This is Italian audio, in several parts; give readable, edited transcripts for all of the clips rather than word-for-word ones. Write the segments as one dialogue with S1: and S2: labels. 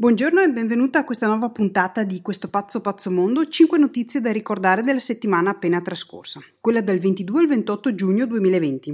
S1: Buongiorno e benvenuta a questa nuova puntata di Questo pazzo mondo, 5 notizie da ricordare della settimana appena trascorsa, quella dal 22 al 28 giugno 2020.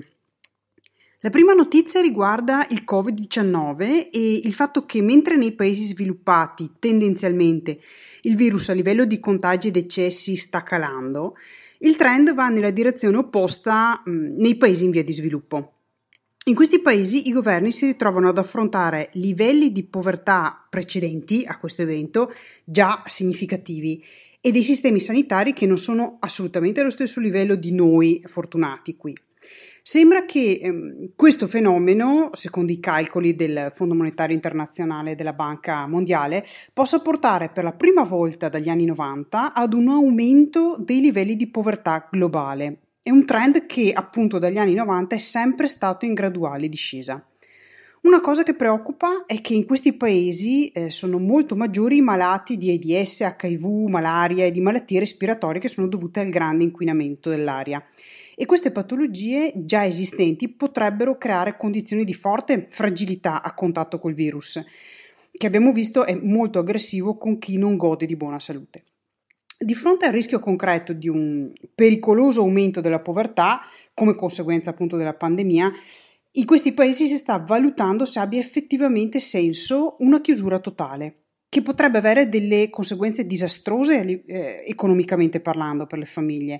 S1: La prima notizia riguarda il Covid-19 e il fatto che mentre nei paesi sviluppati tendenzialmente il virus a livello di contagi e decessi sta calando, il trend va nella direzione opposta nei paesi in via di sviluppo. In questi paesi i governi si ritrovano ad affrontare livelli di povertà precedenti a questo evento già significativi e dei sistemi sanitari che non sono assolutamente allo stesso livello di noi fortunati qui. Sembra che questo fenomeno, secondo i calcoli del Fondo Monetario Internazionale e della Banca Mondiale, possa portare per la prima volta dagli anni 90 ad un aumento dei livelli di povertà globale. È un trend che appunto dagli anni 90 è sempre stato in graduale discesa. Una cosa che preoccupa è che in questi paesi sono molto maggiori i malati di AIDS, HIV, malaria e di malattie respiratorie che sono dovute al grande inquinamento dell'aria. E queste patologie già esistenti potrebbero creare condizioni di forte fragilità a contatto col virus, che abbiamo visto è molto aggressivo con chi non gode di buona salute. Di fronte al rischio concreto di un pericoloso aumento della povertà, come conseguenza appunto della pandemia, in questi paesi si sta valutando se abbia effettivamente senso una chiusura totale, che potrebbe avere delle conseguenze disastrose economicamente parlando per le famiglie.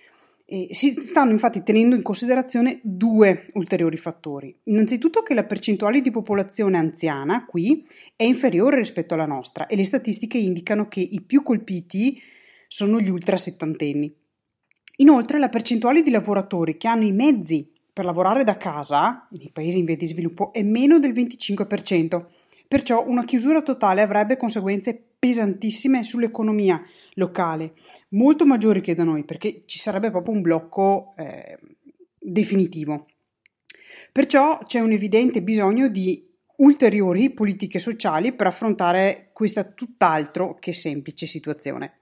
S1: Si stanno infatti tenendo in considerazione due ulteriori fattori. Innanzitutto che la percentuale di popolazione anziana qui è inferiore rispetto alla nostra e le statistiche indicano che i più colpiti sono gli ultra settantenni. Inoltre la percentuale di lavoratori che hanno i mezzi per lavorare da casa, nei paesi in via di sviluppo, è meno del 25%, perciò una chiusura totale avrebbe conseguenze pesantissime sull'economia locale, molto maggiori che da noi, perché ci sarebbe proprio un blocco definitivo. Perciò c'è un evidente bisogno di ulteriori politiche sociali per affrontare questa tutt'altro che semplice situazione.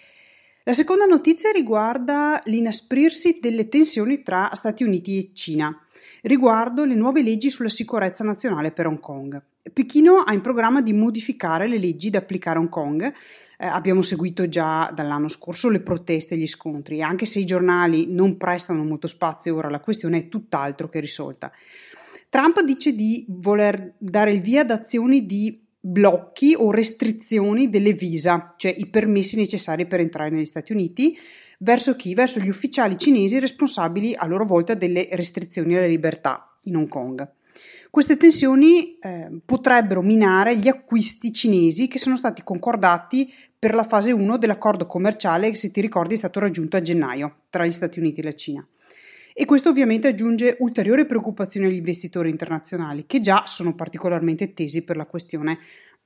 S1: La seconda notizia riguarda l'inasprirsi delle tensioni tra Stati Uniti e Cina, riguardo le nuove leggi sulla sicurezza nazionale per Hong Kong. Pechino ha in programma di modificare le leggi da applicare a Hong Kong. Abbiamo seguito già dall'anno scorso le proteste e gli scontri, anche se i giornali non prestano molto spazio, ora la questione è tutt'altro che risolta. Trump dice di voler dare il via ad azioni di blocchi o restrizioni delle visa, cioè i permessi necessari per entrare negli Stati Uniti, verso chi? Verso gli ufficiali cinesi responsabili a loro volta delle restrizioni alla libertà in Hong Kong. Queste tensioni potrebbero minare gli acquisti cinesi che sono stati concordati per la fase 1 dell'accordo commerciale che, se ti ricordi, è stato raggiunto a gennaio tra gli Stati Uniti e la Cina. E questo ovviamente aggiunge ulteriore preoccupazione agli investitori internazionali che già sono particolarmente tesi per la questione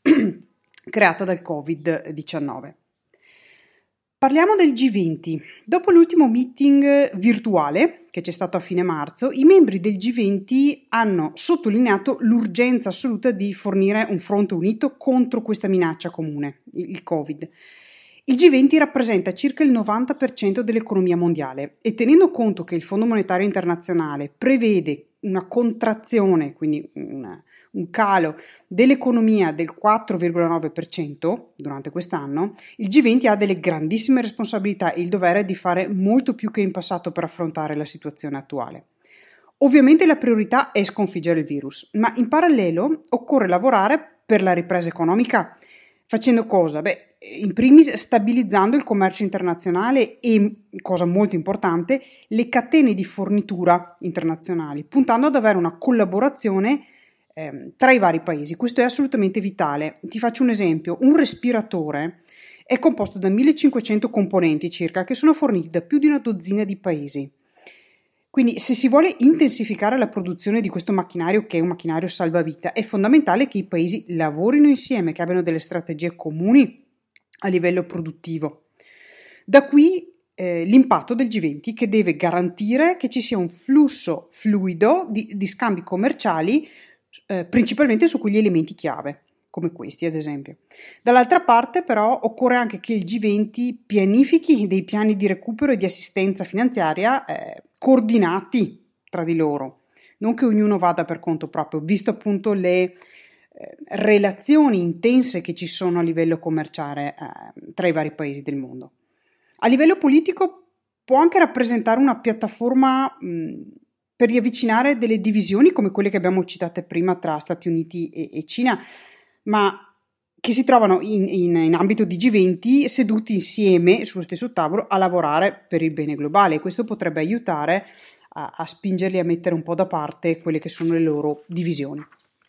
S1: creata dal Covid-19. Parliamo del G20. Dopo l'ultimo meeting virtuale che c'è stato a fine marzo, i membri del G20 hanno sottolineato l'urgenza assoluta di fornire un fronte unito contro questa minaccia comune, il Covid. Il G20 rappresenta circa il 90% dell'economia mondiale e tenendo conto che il Fondo Monetario Internazionale prevede una contrazione, quindi un calo dell'economia del 4,9% durante quest'anno, il G20 ha delle grandissime responsabilità e il dovere di fare molto più che in passato per affrontare la situazione attuale. Ovviamente la priorità è sconfiggere il virus, ma in parallelo occorre lavorare per la ripresa economica. Facendo cosa? In primis stabilizzando il commercio internazionale e, cosa molto importante, le catene di fornitura internazionali, puntando ad avere una collaborazione tra i vari paesi. Questo è assolutamente vitale. Ti faccio un esempio. Un respiratore è composto da 1500 componenti circa che sono forniti da più di una dozzina di paesi. Quindi se si vuole intensificare la produzione di questo macchinario, che è un macchinario salvavita, è fondamentale che i paesi lavorino insieme, che abbiano delle strategie comuni a livello produttivo. Da qui l'impatto del G20 che deve garantire che ci sia un flusso fluido di scambi commerciali, principalmente su quegli elementi chiave, come questi ad esempio. Dall'altra parte però occorre anche che il G20 pianifichi dei piani di recupero e di assistenza finanziaria coordinati tra di loro, non che ognuno vada per conto proprio, visto appunto le relazioni intense che ci sono a livello commerciale tra i vari paesi del mondo. A livello politico può anche rappresentare una piattaforma per riavvicinare delle divisioni come quelle che abbiamo citate prima tra Stati Uniti e Cina, ma che si trovano in ambito di G20 seduti insieme sullo stesso tavolo a lavorare per il bene globale. Questo potrebbe aiutare a spingerli a mettere un po' da parte quelle che sono le loro divisioni.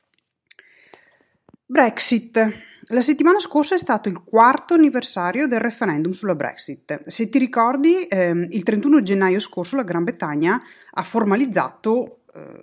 S1: Brexit. La settimana scorsa è stato il 4º anniversario del referendum sulla Brexit. Se ti ricordi, il 31 gennaio scorso la Gran Bretagna ha formalizzato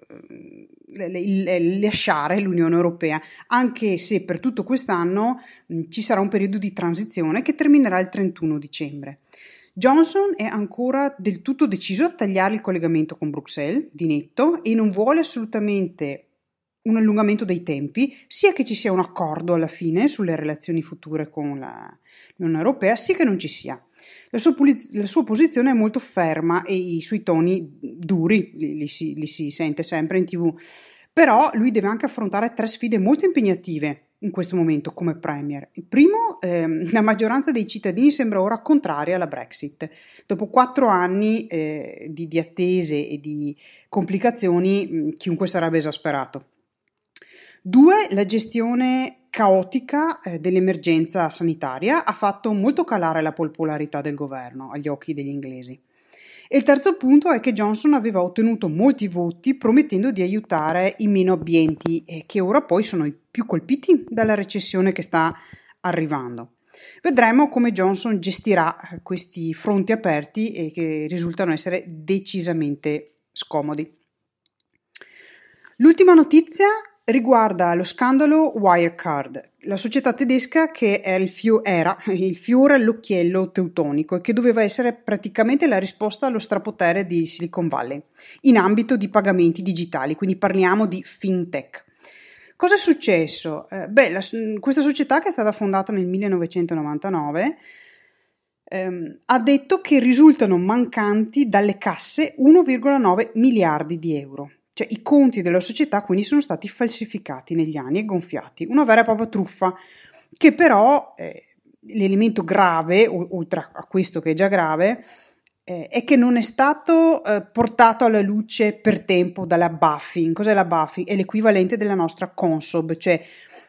S1: il lasciare l'Unione Europea, anche se per tutto quest'anno ci sarà un periodo di transizione che terminerà il 31 dicembre. Johnson è ancora del tutto deciso a tagliare il collegamento con Bruxelles, di netto, e non vuole assolutamente un allungamento dei tempi, sia che ci sia un accordo alla fine sulle relazioni future con l'Unione Europea, sia che non ci sia. La sua posizione è molto ferma e i suoi toni duri li si sente sempre in TV, però lui deve anche affrontare 3 sfide molto impegnative in questo momento come premier. Il primo, la maggioranza dei cittadini sembra ora contraria alla Brexit. Dopo 4 anni di attese e di complicazioni, chiunque sarebbe esasperato. 2, la gestione caotica dell'emergenza sanitaria ha fatto molto calare la popolarità del governo agli occhi degli inglesi. E il terzo punto è che Johnson aveva ottenuto molti voti promettendo di aiutare i meno abbienti, che ora poi sono i più colpiti dalla recessione che sta arrivando. Vedremo come Johnson gestirà questi fronti aperti e che risultano essere decisamente scomodi. L'ultima notizia riguarda lo scandalo Wirecard, la società tedesca che era il fiore all'occhiello teutonico e che doveva essere praticamente la risposta allo strapotere di Silicon Valley in ambito di pagamenti digitali, quindi parliamo di fintech. Cosa è successo? Questa società, che è stata fondata nel 1999, ha detto che risultano mancanti dalle casse 1,9 miliardi di euro. Cioè i conti della società quindi sono stati falsificati negli anni e gonfiati, una vera e propria truffa, che però l'elemento grave, oltre a questo che è già grave, è che non è stato portato alla luce per tempo dalla BaFin. Cos'è la BaFin? È l'equivalente della nostra Consob, cioè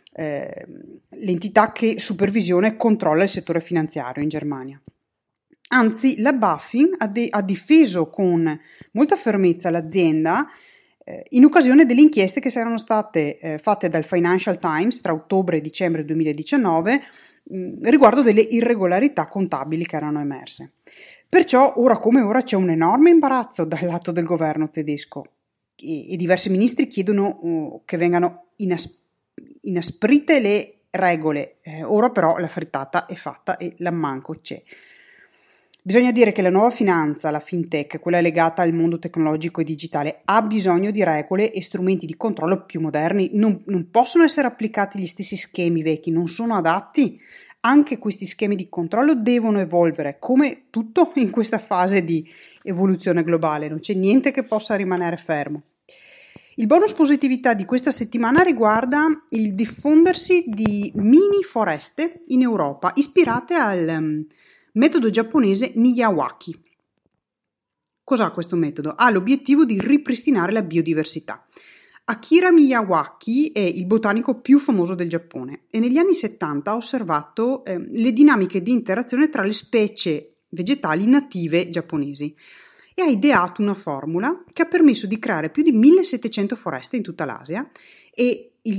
S1: l'entità che supervisiona e controlla il settore finanziario in Germania. Anzi, la BaFin ha difeso con molta fermezza l'azienda in occasione delle inchieste che erano state fatte dal Financial Times tra ottobre e dicembre 2019 riguardo delle irregolarità contabili che erano emerse. Perciò ora come ora c'è un enorme imbarazzo dal lato del governo tedesco e diversi ministri chiedono che vengano inasprite le regole. Ora però la frittata è fatta e l'ammanco c'è. Bisogna dire che la nuova finanza, la fintech, quella legata al mondo tecnologico e digitale, ha bisogno di regole e strumenti di controllo più moderni. Non possono essere applicati gli stessi schemi vecchi, non sono adatti. Anche questi schemi di controllo devono evolvere, come tutto in questa fase di evoluzione globale. Non c'è niente che possa rimanere fermo. Il bonus positività di questa settimana riguarda il diffondersi di mini foreste in Europa, ispirate al metodo giapponese Miyawaki. Cos'ha questo metodo? Ha l'obiettivo di ripristinare la biodiversità. Akira Miyawaki è il botanico più famoso del Giappone e negli anni 70 ha osservato le dinamiche di interazione tra le specie vegetali native giapponesi e ha ideato una formula che ha permesso di creare più di 1700 foreste in tutta l'Asia e il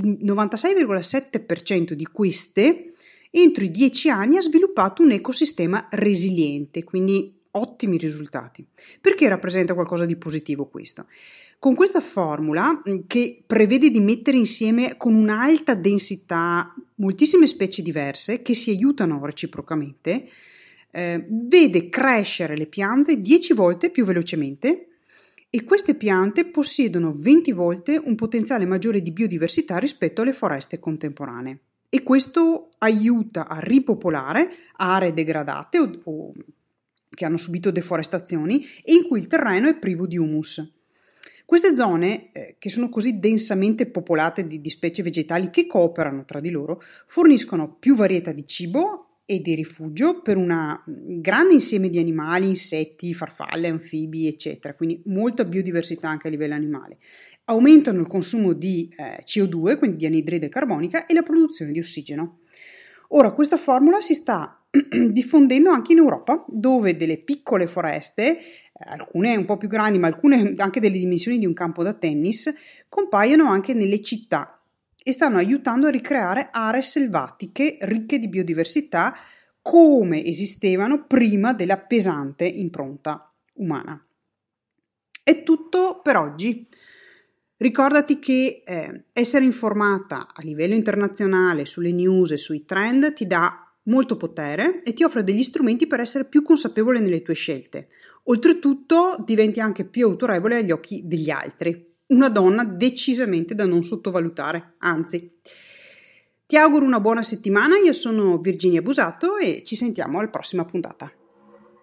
S1: 96,7% di queste entro i 10 anni ha sviluppato un ecosistema resiliente, quindi ottimi risultati. Perché rappresenta qualcosa di positivo questo? Con questa formula, che prevede di mettere insieme con un'alta densità moltissime specie diverse che si aiutano reciprocamente, vede crescere le piante 10 volte più velocemente e queste piante possiedono 20 volte un potenziale maggiore di biodiversità rispetto alle foreste contemporanee. E questo aiuta a ripopolare aree degradate o che hanno subito deforestazioni e in cui il terreno è privo di humus. Queste zone, che sono così densamente popolate di specie vegetali che cooperano tra di loro, forniscono più varietà di cibo e di rifugio per un grande insieme di animali, insetti, farfalle, anfibi, eccetera, quindi molta biodiversità anche a livello animale. Aumentano il consumo di CO2, quindi di anidride carbonica, e la produzione di ossigeno. Ora, questa formula si sta diffondendo anche in Europa, dove delle piccole foreste, alcune un po' più grandi, ma alcune anche delle dimensioni di un campo da tennis, compaiono anche nelle città e stanno aiutando a ricreare aree selvatiche ricche di biodiversità come esistevano prima della pesante impronta umana. È tutto per oggi. Ricordati che essere informata a livello internazionale sulle news e sui trend ti dà molto potere e ti offre degli strumenti per essere più consapevole nelle tue scelte. Oltretutto diventi anche più autorevole agli occhi degli altri. Una donna decisamente da non sottovalutare, anzi. Ti auguro una buona settimana, io sono Virginia Busato e ci sentiamo alla prossima puntata.